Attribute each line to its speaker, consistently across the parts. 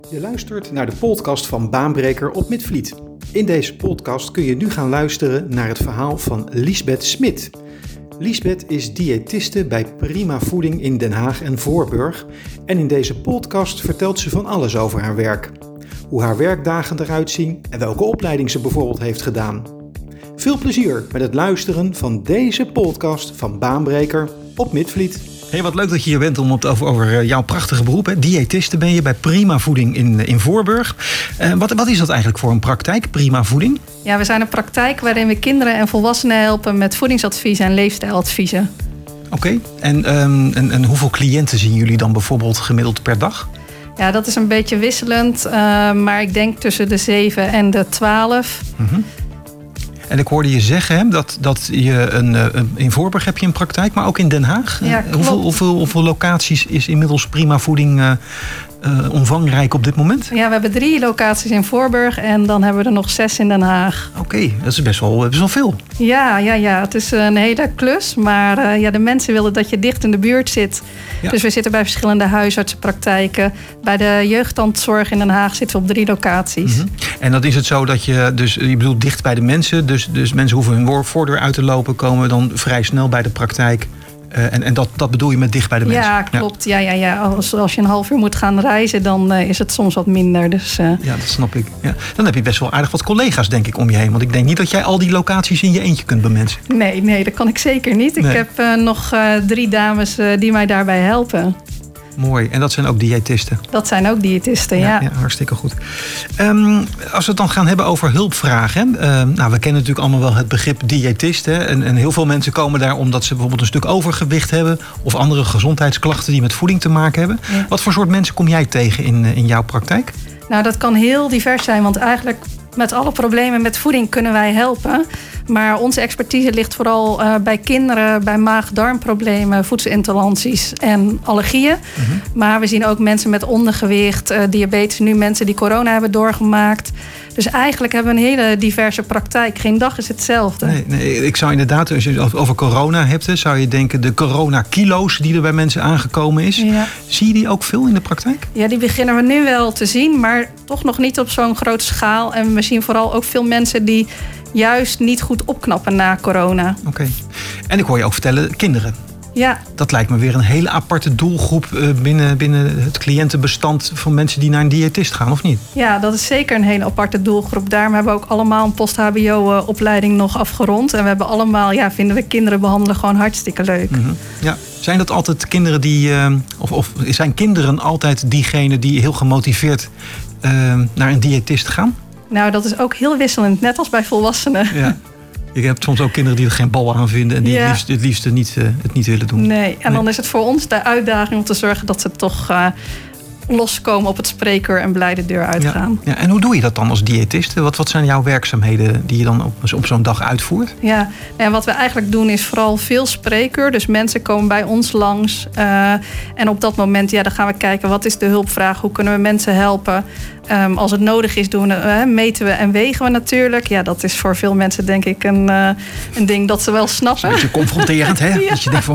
Speaker 1: Je luistert naar de podcast van Baanbreker op Midvliet. In deze podcast kun je nu gaan luisteren naar het verhaal van Liesbeth Smit. Liesbeth is diëtiste bij Prima Voeding in Den Haag en Voorburg. En in deze podcast vertelt ze van alles over haar werk. Hoe haar werkdagen eruit zien en welke opleiding ze bijvoorbeeld heeft gedaan. Veel plezier met het luisteren van deze podcast van Baanbreker op Midvliet.
Speaker 2: Hey, wat leuk dat je hier bent om het over jouw prachtige beroep. Hè? Diëtiste ben je bij Prima Voeding in Voorburg. Wat is dat eigenlijk voor een praktijk, Prima Voeding?
Speaker 3: Ja, we zijn een praktijk waarin we kinderen en volwassenen helpen met voedingsadviezen en leefstijladviezen.
Speaker 2: Oké. En hoeveel cliënten zien jullie dan bijvoorbeeld gemiddeld per dag?
Speaker 3: Ja, dat is een beetje wisselend, maar ik denk tussen de 7 en de 12.
Speaker 2: Mm-hmm. En ik hoorde je zeggen dat je in Voorburg heb je een praktijk, maar ook in Den Haag.
Speaker 3: Ja,
Speaker 2: hoeveel locaties is inmiddels Prima Voeding omvangrijk op dit moment?
Speaker 3: Ja, we hebben 3 locaties in Voorburg en dan hebben we er nog 6 in Den Haag.
Speaker 2: Oké, dat is best wel veel.
Speaker 3: Ja, het is een hele klus, maar de mensen willen dat je dicht in de buurt zit. Ja. Dus we zitten bij verschillende huisartsenpraktijken. Bij de jeugdtandzorg in Den Haag zitten we op 3 locaties.
Speaker 2: Mm-hmm. En dan is het zo dat je bedoelt dicht bij de mensen, dus mensen hoeven hun voordeur uit te lopen, komen dan vrij snel bij de praktijk. En dat bedoel je met dicht bij de mensen?
Speaker 3: Ja, klopt. Ja. Als je een half uur moet gaan reizen, dan is het soms wat minder. Dus,
Speaker 2: Ja, dat snap ik. Ja. Dan heb je best wel aardig wat collega's, denk ik, om je heen. Want ik denk niet dat jij al die locaties in je eentje kunt bemensen.
Speaker 3: Nee, dat kan ik zeker niet. Nee. Ik heb nog 3 dames die mij daarbij helpen.
Speaker 2: Mooi. En dat zijn ook diëtisten? Dat
Speaker 3: zijn ook diëtisten, ja.
Speaker 2: Ja, hartstikke goed. Als we het dan gaan hebben over hulpvragen. We kennen natuurlijk allemaal wel het begrip diëtist. Hè? En heel veel mensen komen daar omdat ze bijvoorbeeld een stuk overgewicht hebben. Of andere gezondheidsklachten die met voeding te maken hebben. Ja. Wat voor soort mensen kom jij tegen in jouw praktijk?
Speaker 3: Nou, dat kan heel divers zijn. Want eigenlijk met alle problemen met voeding kunnen wij helpen. Maar onze expertise ligt vooral bij kinderen, bij maag-darmproblemen, voedselintoleranties en allergieën. Mm-hmm. Maar we zien ook mensen met ondergewicht, diabetes, nu mensen die corona hebben doorgemaakt. Dus eigenlijk hebben we een hele diverse praktijk. Geen dag is hetzelfde.
Speaker 2: Nee, ik zou inderdaad, als je het over corona hebt, zou je denken de corona-kilo's die er bij mensen aangekomen is. Ja. Zie je die ook veel in de praktijk? Ja,
Speaker 3: die beginnen we nu wel te zien, maar toch nog niet op zo'n grote schaal. En we zien vooral ook veel mensen die juist niet goed opknappen na corona.
Speaker 2: Oké. En ik hoor je ook vertellen, kinderen.
Speaker 3: Ja.
Speaker 2: Dat lijkt me weer een hele aparte doelgroep binnen het cliëntenbestand van mensen die naar een diëtist gaan, of niet? Ja,
Speaker 3: dat is zeker een hele aparte doelgroep. Daarom hebben we ook allemaal een post-HBO-opleiding nog afgerond. En we hebben allemaal, vinden we kinderen behandelen gewoon hartstikke leuk.
Speaker 2: Mm-hmm. Ja. Zijn dat altijd kinderen die, of zijn kinderen altijd diegenen die heel gemotiveerd naar een diëtist gaan?
Speaker 3: Nou, dat is ook heel wisselend, net als bij volwassenen.
Speaker 2: Ja. Je hebt soms ook kinderen die er geen bal aan vinden en die het liefst het niet willen doen.
Speaker 3: Nee, en dan is het voor ons de uitdaging om te zorgen dat ze toch loskomen op het spreekuur en blij de deur uitgaan.
Speaker 2: Ja. En hoe doe je dat dan als diëtist? Wat zijn jouw werkzaamheden die je dan op zo'n dag uitvoert?
Speaker 3: Ja, en wat we eigenlijk doen is vooral veel spreekuur. Dus mensen komen bij ons langs. En op dat moment dan gaan we kijken, wat is de hulpvraag? Hoe kunnen we mensen helpen? Als het nodig is, meten we en wegen we natuurlijk. Ja, dat is voor veel mensen denk ik een ding dat ze wel snappen.
Speaker 2: Een beetje confronterend, hè? Ja. Dat je denkt van,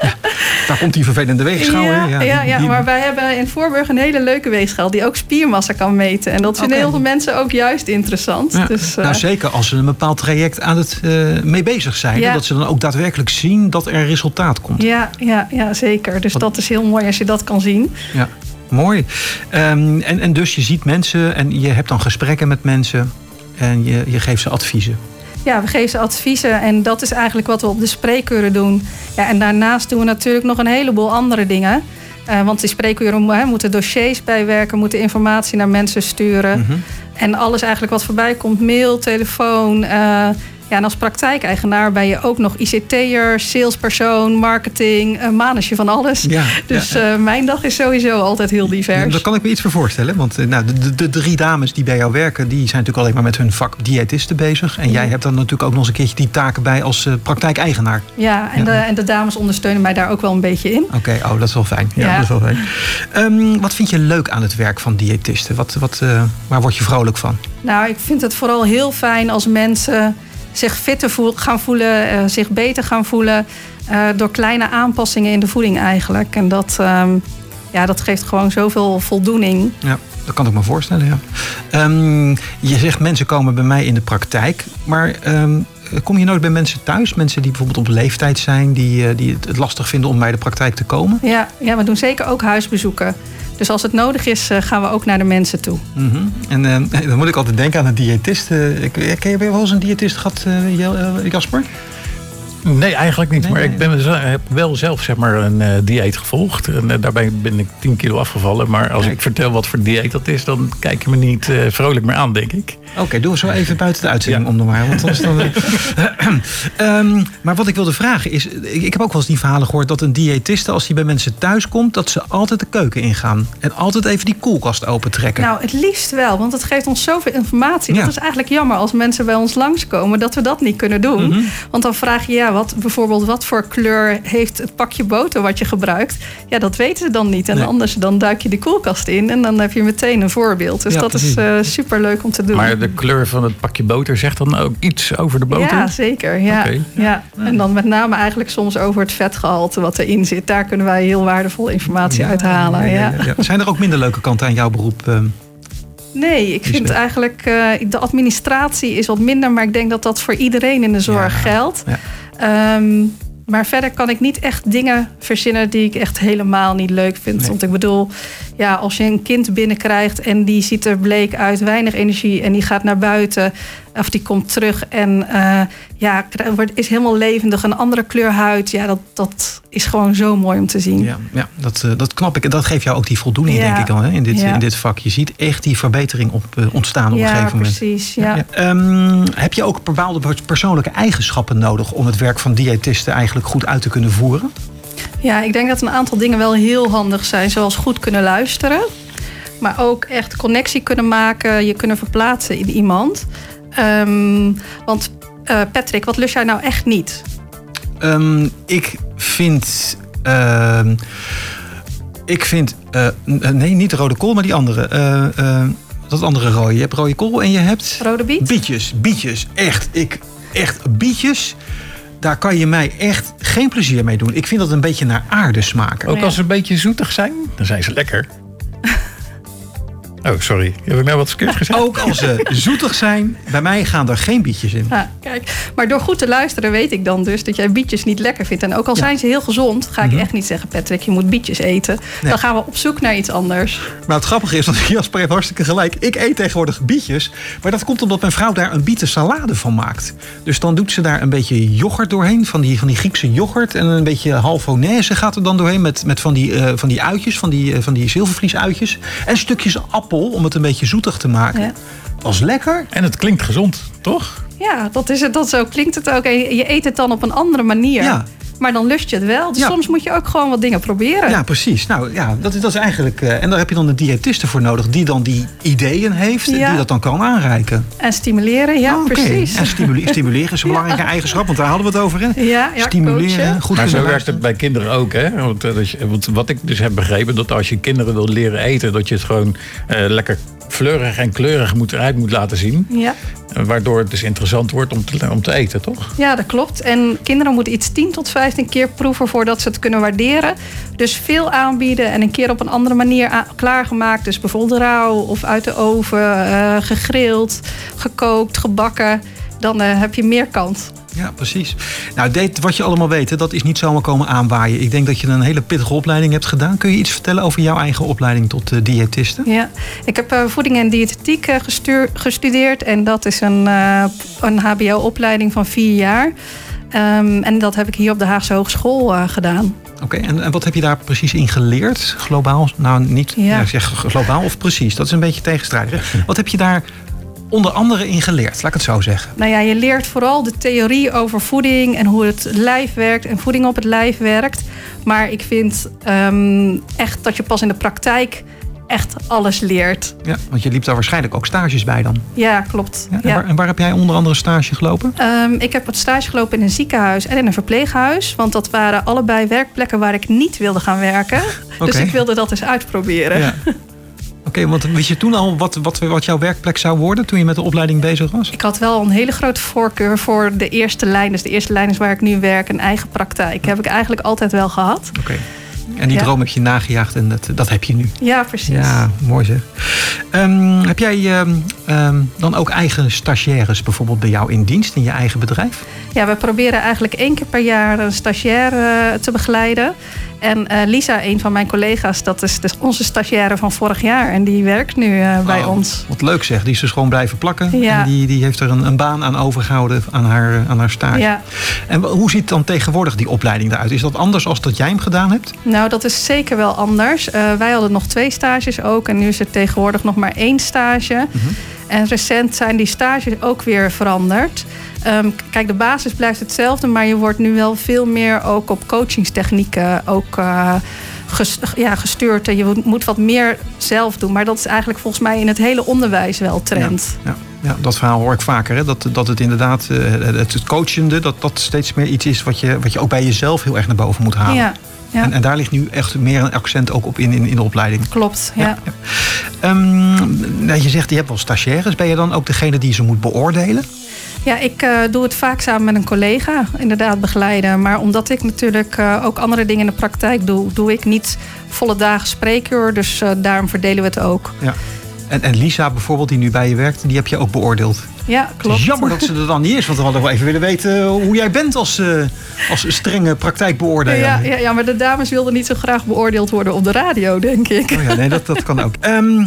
Speaker 2: daar komt die vervelende weegschaal.
Speaker 3: Ja, maar wij hebben in Voorburg een hele leuke weegschaal die ook spiermassa kan meten. En dat vinden heel veel mensen ook juist interessant.
Speaker 2: Ja.
Speaker 3: Dus,
Speaker 2: nou, zeker als ze een bepaald traject aan het mee bezig zijn. Dat ze dan ook daadwerkelijk zien dat er resultaat komt.
Speaker 3: Ja, zeker. Dus dat is heel mooi als je dat kan zien.
Speaker 2: Ja. Mooi. En dus je ziet mensen en je hebt dan gesprekken met mensen en je geeft ze adviezen.
Speaker 3: Ja, we geven ze adviezen en dat is eigenlijk wat we op de spreekuren doen. Ja, en daarnaast doen we natuurlijk nog een heleboel andere dingen. Want die spreekuren moeten dossiers bijwerken, moeten informatie naar mensen sturen. Mm-hmm. En alles eigenlijk wat voorbij komt, mail, telefoon. En als praktijkeigenaar ben je ook nog ICT'er, salespersoon, marketing, manetje van alles. Ja, dus mijn dag is sowieso altijd heel divers.
Speaker 2: Ja, daar kan ik me iets voor voorstellen. Want de 3 dames die bij jou werken, die zijn natuurlijk alleen maar met hun vak diëtisten bezig. En jij hebt dan natuurlijk ook nog eens een keertje die taken bij als praktijkeigenaar.
Speaker 3: Ja, en de dames ondersteunen mij daar ook wel een beetje in.
Speaker 2: Oké, dat is wel fijn. Ja. Dat is wel fijn. Wat vind je leuk aan het werk van diëtisten? Waar word je vrolijk van?
Speaker 3: Nou, ik vind het vooral heel fijn als mensen zich fitter gaan voelen, zich beter gaan voelen. Door kleine aanpassingen in de voeding eigenlijk. En dat geeft gewoon zoveel voldoening.
Speaker 2: Ja. Dat kan ik me voorstellen, ja. Je zegt mensen komen bij mij in de praktijk. Maar kom je nooit bij mensen thuis? Mensen die bijvoorbeeld op leeftijd zijn, die het lastig vinden om bij de praktijk te komen?
Speaker 3: Ja, we doen zeker ook huisbezoeken. Dus als het nodig is, gaan we ook naar de mensen toe.
Speaker 2: Mm-hmm. En dan moet ik altijd denken aan een diëtist. Ken je wel eens een diëtist gehad, Jasper?
Speaker 4: Nee, eigenlijk niet.
Speaker 2: Nee,
Speaker 4: maar
Speaker 2: nee.
Speaker 4: ik heb wel zelf zeg maar een dieet gevolgd. En daarbij ben ik 10 kilo afgevallen. Maar als ik vertel wat voor dieet dat is, dan kijk je me niet vrolijk meer aan, denk ik.
Speaker 2: Oké, doen we zo even buiten de uitzending om de maar. Want anders dan, maar wat ik wilde vragen is, ik heb ook wel eens die verhalen gehoord dat een diëtiste, als die bij mensen thuis komt, dat ze altijd de keuken ingaan. En altijd even die koelkast opentrekken.
Speaker 3: Nou, het liefst wel, want het geeft ons zoveel informatie.
Speaker 2: Ja.
Speaker 3: Dat is eigenlijk jammer als mensen bij ons langskomen dat we dat niet kunnen doen.
Speaker 2: Mm-hmm.
Speaker 3: Want dan vraag je, wat voor kleur heeft het pakje boter wat je gebruikt? Ja, dat weten ze dan niet. En anders dan duik je de koelkast in en dan heb je meteen een voorbeeld. Dus dat is superleuk om te doen.
Speaker 4: Maar de kleur van het pakje boter zegt dan ook iets over de boter?
Speaker 3: Ja, zeker. Ja.
Speaker 4: Okay.
Speaker 3: Ja. En dan met name eigenlijk soms over het vetgehalte wat erin zit. Daar kunnen wij heel waardevolle informatie uithalen. Ja.
Speaker 2: Zijn er ook minder leuke kanten aan jouw beroep?
Speaker 3: Nee, ik vind eigenlijk de administratie is wat minder, maar ik denk dat dat voor iedereen in de zorg geldt. Ja. Maar verder kan ik niet echt dingen verzinnen die ik echt helemaal niet leuk vind. Nee. Want ik bedoel, als je een kind binnenkrijgt en die ziet er bleek uit, weinig energie en die gaat naar buiten of die komt terug en is helemaal levendig, een andere kleur huid. Ja, dat is gewoon zo mooi om te zien.
Speaker 2: Ja, dat knap ik. En dat geeft jou ook die voldoening, denk ik al, hè, in dit vak. Je ziet echt die verbetering ontstaan op een gegeven moment.
Speaker 3: Precies,
Speaker 2: heb je ook bepaalde persoonlijke eigenschappen nodig om het werk van diëtisten eigenlijk goed uit te kunnen voeren? Ja,
Speaker 3: ik denk dat een aantal dingen wel heel handig zijn, zoals goed kunnen luisteren. Maar ook echt connectie kunnen maken, je kunnen verplaatsen in iemand. Want Patrick, wat lust jij nou echt niet?
Speaker 2: Ik vind nee, niet de rode kool, maar die andere. Dat andere rode. Je hebt rode kool en je hebt
Speaker 3: rode biet?
Speaker 2: Bietjes. Echt bietjes. Daar kan je mij echt geen plezier mee doen. Ik vind dat een beetje naar aarde smaken.
Speaker 4: Ook als ze een beetje zoetig zijn, dan zijn ze lekker. Oh, sorry. Heb ik nou wat verkeerd gezegd?
Speaker 2: Ook als ze zoetig zijn, bij mij gaan er geen bietjes in.
Speaker 3: Ja, kijk, maar door goed te luisteren weet ik dan dus dat jij bietjes niet lekker vindt. En ook al zijn ze heel gezond, ga ik echt niet zeggen, Patrick, je moet bietjes eten. Nee. Dan gaan we op zoek naar iets anders.
Speaker 2: Maar het grappige is, dat Jasper heeft hartstikke gelijk. Ik eet tegenwoordig bietjes. Maar dat komt omdat mijn vrouw daar een bietensalade van maakt. Dus dan doet ze daar een beetje yoghurt doorheen. Van die Griekse yoghurt. En een beetje halvonaise gaat er dan doorheen. Met van die uitjes, van die zilvervliesuitjes. En stukjes appel om het een beetje zoetig te maken. Ja. Dat is lekker.
Speaker 4: En het klinkt gezond, toch?
Speaker 3: Ja, dat is het. Zo klinkt het ook. En je eet het dan op een andere manier. Ja. Maar dan lust je het wel. Dus soms moet je ook gewoon wat dingen proberen.
Speaker 2: Ja, precies. Nou ja, dat is eigenlijk. En daar heb je dan een diëtiste voor nodig die dan die ideeën heeft. Die dat dan kan aanreiken.
Speaker 3: En stimuleren, precies.
Speaker 2: En stimuleren is een belangrijke eigenschap, want daar hadden we het over. Hè?
Speaker 3: Ja,
Speaker 2: stimuleren. Goed,
Speaker 4: maar zo werkt het bij kinderen ook. Hè? Want wat ik dus heb begrepen, dat als je kinderen wil leren eten, dat je het gewoon lekker fleurig en kleurig eruit moet laten zien. Ja. Waardoor het dus interessant wordt om te eten, toch?
Speaker 3: Ja, dat klopt. En kinderen moeten iets 10 tot 15 keer proeven voordat ze het kunnen waarderen. Dus veel aanbieden en een keer op een andere manier klaargemaakt. Dus bijvoorbeeld rauw of uit de oven, gegrild, gekookt, gebakken. Dan heb je meer kans.
Speaker 2: Ja, precies. Nou, wat je allemaal weet, dat is niet zomaar komen aanwaaien. Ik denk dat je een hele pittige opleiding hebt gedaan. Kun je iets vertellen over jouw eigen opleiding tot diëtiste? Ja,
Speaker 3: ik heb voeding en diëtetiek gestudeerd. En dat is een hbo-opleiding van 4 jaar. En dat heb ik hier op de Haagse Hogeschool gedaan.
Speaker 2: Oké, en wat heb je daar precies in geleerd? Globaal? Nou, niet ik zeg globaal of precies. Dat is een beetje tegenstrijdig. Wat heb je daar onder andere in geleerd, laat ik het zo zeggen?
Speaker 3: Nou ja, je leert vooral de theorie over voeding en hoe het lijf werkt en voeding op het lijf werkt. Maar ik vind echt dat je pas in de praktijk echt alles leert.
Speaker 2: Ja, want je liep daar waarschijnlijk ook stages bij dan.
Speaker 3: Ja, klopt.
Speaker 2: Ja, en waar heb jij onder andere stage gelopen?
Speaker 3: Ik heb wat stage gelopen in een ziekenhuis en in een verpleeghuis. Want dat waren allebei werkplekken waar ik niet wilde gaan werken. Okay. Dus ik wilde dat eens uitproberen. Ja.
Speaker 2: Oké, want wist je toen al wat jouw werkplek zou worden toen je met de opleiding bezig was?
Speaker 3: Ik had wel een hele grote voorkeur voor de eerste lijn. Dus de eerste lijn is waar ik nu werk, een eigen praktijk. Heb ik eigenlijk altijd wel gehad.
Speaker 2: Oké. En die droom heb je nagejaagd en dat heb je nu.
Speaker 3: Ja, precies.
Speaker 2: Ja, mooi zeg. Heb jij dan ook eigen stagiaires bijvoorbeeld bij jou in dienst in je eigen bedrijf?
Speaker 3: Ja, we proberen eigenlijk 1 keer per jaar een stagiair te begeleiden. En Lisa, een van mijn collega's, dat is dus onze stagiaire van vorig jaar. En die werkt nu bij ons.
Speaker 2: Wat leuk zeg, die is dus gewoon blijven plakken.
Speaker 3: Ja.
Speaker 2: En die heeft er een baan aan overgehouden aan haar stage.
Speaker 3: Ja.
Speaker 2: En hoe ziet dan tegenwoordig die opleiding eruit? Is dat anders als dat jij hem gedaan hebt?
Speaker 3: Nou, dat is zeker wel anders. Wij hadden nog 2 stages ook. En nu is er tegenwoordig nog maar 1 stage. Mm-hmm. En recent zijn die stages ook weer veranderd. Kijk, de basis blijft hetzelfde, maar je wordt nu wel veel meer ook op coachingstechnieken ook gestuurd. En je moet wat meer zelf doen. Maar dat is eigenlijk volgens mij in het hele onderwijs wel trend.
Speaker 2: Ja, dat verhaal hoor ik vaker. Hè? Dat het inderdaad, het coachende, dat steeds meer iets is wat je ook bij jezelf heel erg naar boven moet halen.
Speaker 3: Ja. Ja.
Speaker 2: En daar ligt nu echt meer een accent ook op in de opleiding.
Speaker 3: Klopt, ja.
Speaker 2: Je zegt, je hebt wel stagiaires. Ben je dan ook degene die ze moet beoordelen?
Speaker 3: Ja, ik doe het vaak samen met een collega, inderdaad begeleiden. Maar omdat ik natuurlijk ook andere dingen in de praktijk doe ik niet volle dagen spreekuur. Dus daarom verdelen we het ook. Ja.
Speaker 2: En Lisa bijvoorbeeld, die nu bij je werkt, die heb je ook beoordeeld.
Speaker 3: Ja, klopt.
Speaker 2: Het is jammer dat ze er dan niet is, want we hadden wel even willen weten hoe jij bent als strenge praktijkbeoordeler.
Speaker 3: Ja, maar de dames wilden niet zo graag beoordeeld worden op de radio, denk ik.
Speaker 2: Oh ja, nee, dat kan ook.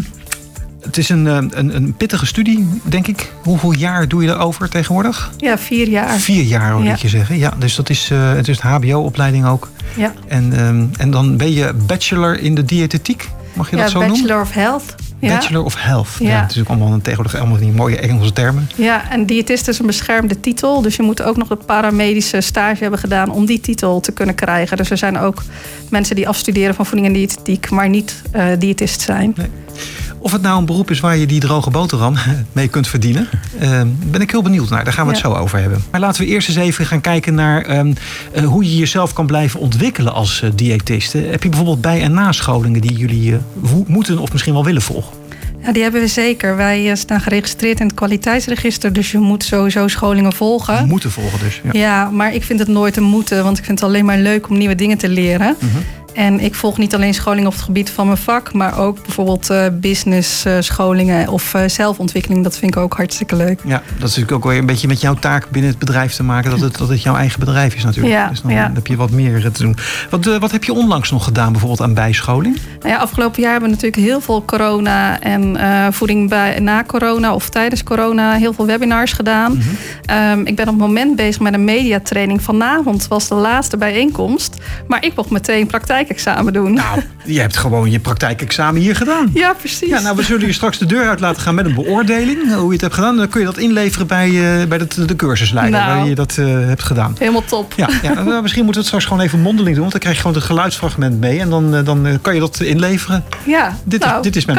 Speaker 2: Het is een pittige studie, denk ik. Hoeveel jaar doe je erover tegenwoordig?
Speaker 3: Ja, 4 jaar.
Speaker 2: 4 jaar, hoor ik je zeggen. Ja, dus het is de HBO-opleiding ook. Ja. En dan ben je bachelor in de diëtetiek. Mag je dat zo noemen?
Speaker 3: Bachelor of Health.
Speaker 2: Bachelor of Health. Ja, het is ook allemaal tegenwoordig allemaal die mooie Engelse termen.
Speaker 3: Ja, en diëtist is een beschermde titel. Dus je moet ook nog de paramedische stage hebben gedaan om die titel te kunnen krijgen. Dus er zijn ook mensen die afstuderen van voeding en diëtetiek, maar niet diëtist zijn. Nee.
Speaker 2: Of het nou een beroep is waar je die droge boterham mee kunt verdienen, ben ik heel benieuwd naar. Daar gaan we het zo over hebben. Maar laten we eerst eens even gaan kijken naar hoe je jezelf kan blijven ontwikkelen als diëtist. Heb je bijvoorbeeld bij- en nascholingen die jullie moeten of misschien wel willen volgen?
Speaker 3: Ja, die hebben we zeker. Wij staan geregistreerd in het kwaliteitsregister. Dus je moet sowieso scholingen volgen.
Speaker 2: Moeten volgen dus.
Speaker 3: Ja, maar ik vind het nooit een moeten. Want ik vind het alleen maar leuk om nieuwe dingen te leren. Mm-hmm. En ik volg niet alleen scholing op het gebied van mijn vak, maar ook bijvoorbeeld business scholingen of zelfontwikkeling. Dat vind ik ook hartstikke leuk.
Speaker 2: Ja, dat is natuurlijk ook weer een beetje met jouw taak binnen het bedrijf te maken, dat het jouw eigen bedrijf is natuurlijk.
Speaker 3: Ja,
Speaker 2: dus dan heb je wat meer te doen. Wat heb je onlangs nog gedaan bijvoorbeeld aan bijscholing?
Speaker 3: Nou ja, afgelopen jaar hebben we natuurlijk heel veel corona en voeding na corona of tijdens corona heel veel webinars gedaan. Mm-hmm. Ik ben op het moment bezig met een mediatraining. Vanavond was de laatste bijeenkomst, maar ik mocht meteen praktijkexamen doen. Nou,
Speaker 2: je hebt gewoon je praktijkexamen hier gedaan.
Speaker 3: Ja, precies.
Speaker 2: Ja, nou, we zullen je straks de deur uit laten gaan met een beoordeling. Hoe je het hebt gedaan. Dan kun je dat inleveren bij de cursusleider waar je dat hebt gedaan.
Speaker 3: Helemaal top.
Speaker 2: Ja, nou, misschien moeten we het straks gewoon even mondeling doen. Want dan krijg je gewoon het geluidsfragment mee. En dan kan je dat inleveren.
Speaker 3: Ja,
Speaker 2: dit is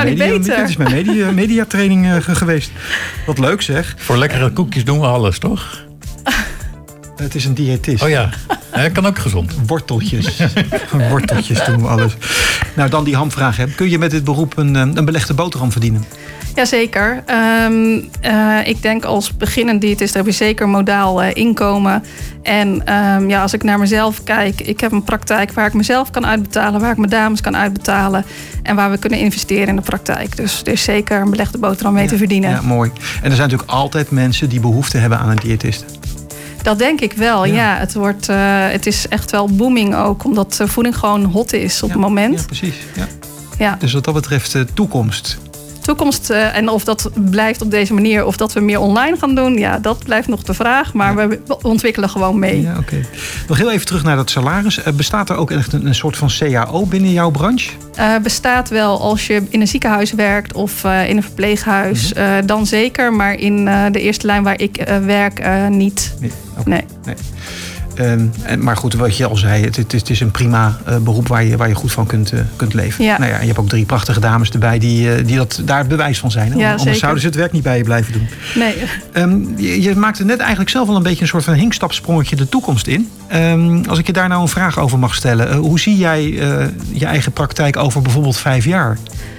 Speaker 2: mijn mediatraining geweest. Wat leuk zeg.
Speaker 4: Voor lekkere koekjes doen we alles, toch?
Speaker 2: Het is een diëtist.
Speaker 4: Oh ja, dat kan ook gezond.
Speaker 2: Worteltjes. Worteltjes doen we alles. Nou, dan die hamvraag. Hè. Kun je met dit beroep een belegde boterham verdienen?
Speaker 3: Jazeker. Ik denk als beginnend diëtist heb je zeker modaal inkomen. En als ik naar mezelf kijk, ik heb een praktijk waar ik mezelf kan uitbetalen, waar ik mijn dames kan uitbetalen en waar we kunnen investeren in de praktijk. Dus er is zeker een belegde boterham mee te verdienen. Ja,
Speaker 2: mooi. En er zijn natuurlijk altijd mensen die behoefte hebben aan een diëtist.
Speaker 3: Dat denk ik wel, ja. Het is echt wel booming ook, omdat voeding gewoon hot is op het moment.
Speaker 2: Ja, precies. Ja. Dus wat dat betreft toekomst.
Speaker 3: En of dat blijft op deze manier of dat we meer online gaan doen, ja, dat blijft nog de vraag. Maar we ontwikkelen gewoon mee.
Speaker 2: Ja, okay. Nog heel even terug naar dat salaris. Bestaat er ook echt een soort van CAO binnen jouw branche?
Speaker 3: Bestaat wel als je in een ziekenhuis werkt of in een verpleeghuis. Mm-hmm. Dan zeker, maar in de eerste lijn waar ik werk niet. Nee.
Speaker 2: Maar goed, wat je al zei, het is een prima beroep waar je goed van kunt leven. Ja. Nou ja, en je hebt ook 3 prachtige dames erbij die daar het bewijs van zijn.
Speaker 3: Ja,
Speaker 2: anders zouden ze het werk niet bij je blijven doen.
Speaker 3: Nee.
Speaker 2: Je maakte net eigenlijk zelf al een beetje een soort van hinkstapsprongetje de toekomst in. Als ik je daar nou een vraag over mag stellen. Hoe zie jij je eigen praktijk over bijvoorbeeld 5 jaar?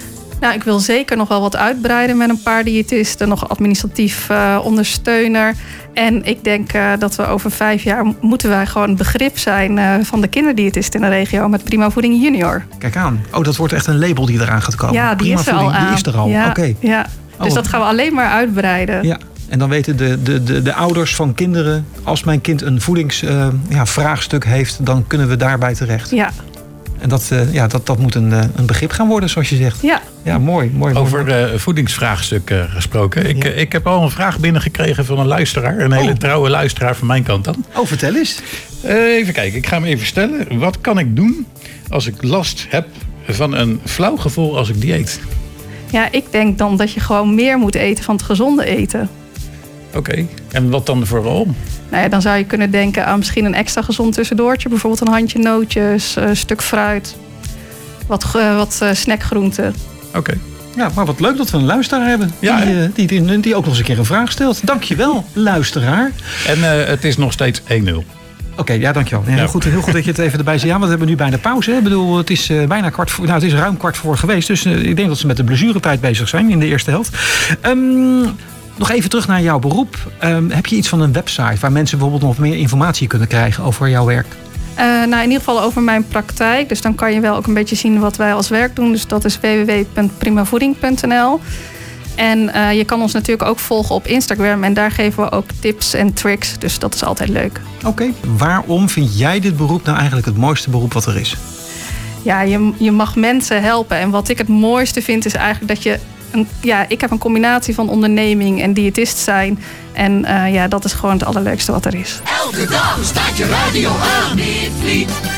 Speaker 3: Nou, ik wil zeker nog wel wat uitbreiden met een paar diëtisten. Nog administratief ondersteuner. En ik denk dat we over 5 jaar moeten wij gewoon begrip zijn van de kinderdiëtisten in de regio met Prima Voeding Junior.
Speaker 2: Kijk aan. Oh, dat wordt echt een label die eraan gaat komen.
Speaker 3: Ja, die
Speaker 2: Prima
Speaker 3: is er
Speaker 2: Voeding,
Speaker 3: al aan.
Speaker 2: Die is er al.
Speaker 3: Ja,
Speaker 2: Oké.
Speaker 3: Ja. Dus dat gaan we alleen maar uitbreiden.
Speaker 2: Ja. En dan weten de ouders van kinderen, als mijn kind een voedingsvraagstuk heeft, dan kunnen we daarbij terecht.
Speaker 3: Ja.
Speaker 2: En dat moet een begrip gaan worden, zoals je zegt.
Speaker 3: Ja.
Speaker 2: Ja, mooi.
Speaker 4: Over voedingsvraagstukken gesproken. Ik heb al een vraag binnengekregen van een luisteraar. Een hele trouwe luisteraar van mijn kant dan.
Speaker 2: Oh, vertel eens.
Speaker 4: Even kijken, ik ga hem even stellen. Wat kan ik doen als ik last heb van een flauw gevoel als ik dieet?
Speaker 3: Ja, ik denk dan dat je gewoon meer moet eten van het gezonde eten.
Speaker 4: Oké, en wat dan vooral?
Speaker 3: Nou ja, dan zou je kunnen denken aan misschien een extra gezond tussendoortje. Bijvoorbeeld een handje nootjes, een stuk fruit, wat snackgroenten.
Speaker 4: Oké.
Speaker 2: Ja, maar wat leuk dat we een luisteraar hebben die ook nog eens een keer een vraag stelt. Dankjewel, luisteraar.
Speaker 4: En het is nog steeds 1-0.
Speaker 2: Oké, ja, dankjewel. Ja, heel goed dat je het even erbij zegt. Ja, want we hebben nu bijna pauze. Hè? Ik bedoel, het is bijna het is ruim 15:15 geweest. Dus ik denk dat ze met de blessuretijd bezig zijn in de eerste helft. Nog even terug naar jouw beroep. Heb je iets van een website waar mensen bijvoorbeeld nog meer informatie kunnen krijgen over jouw werk?
Speaker 3: In ieder geval over mijn praktijk. Dus dan kan je wel ook een beetje zien wat wij als werk doen. Dus dat is www.primavoeding.nl. En je kan ons natuurlijk ook volgen op Instagram. En daar geven we ook tips en tricks. Dus dat is altijd leuk.
Speaker 2: Oké. Waarom vind jij dit beroep nou eigenlijk het mooiste beroep wat er is?
Speaker 3: Ja, je mag mensen helpen. En wat ik het mooiste vind is eigenlijk dat je... ik heb een combinatie van onderneming en diëtist zijn. En dat is gewoon het allerleukste wat er is.
Speaker 5: Elke dag staat je radio aan. Midvliet.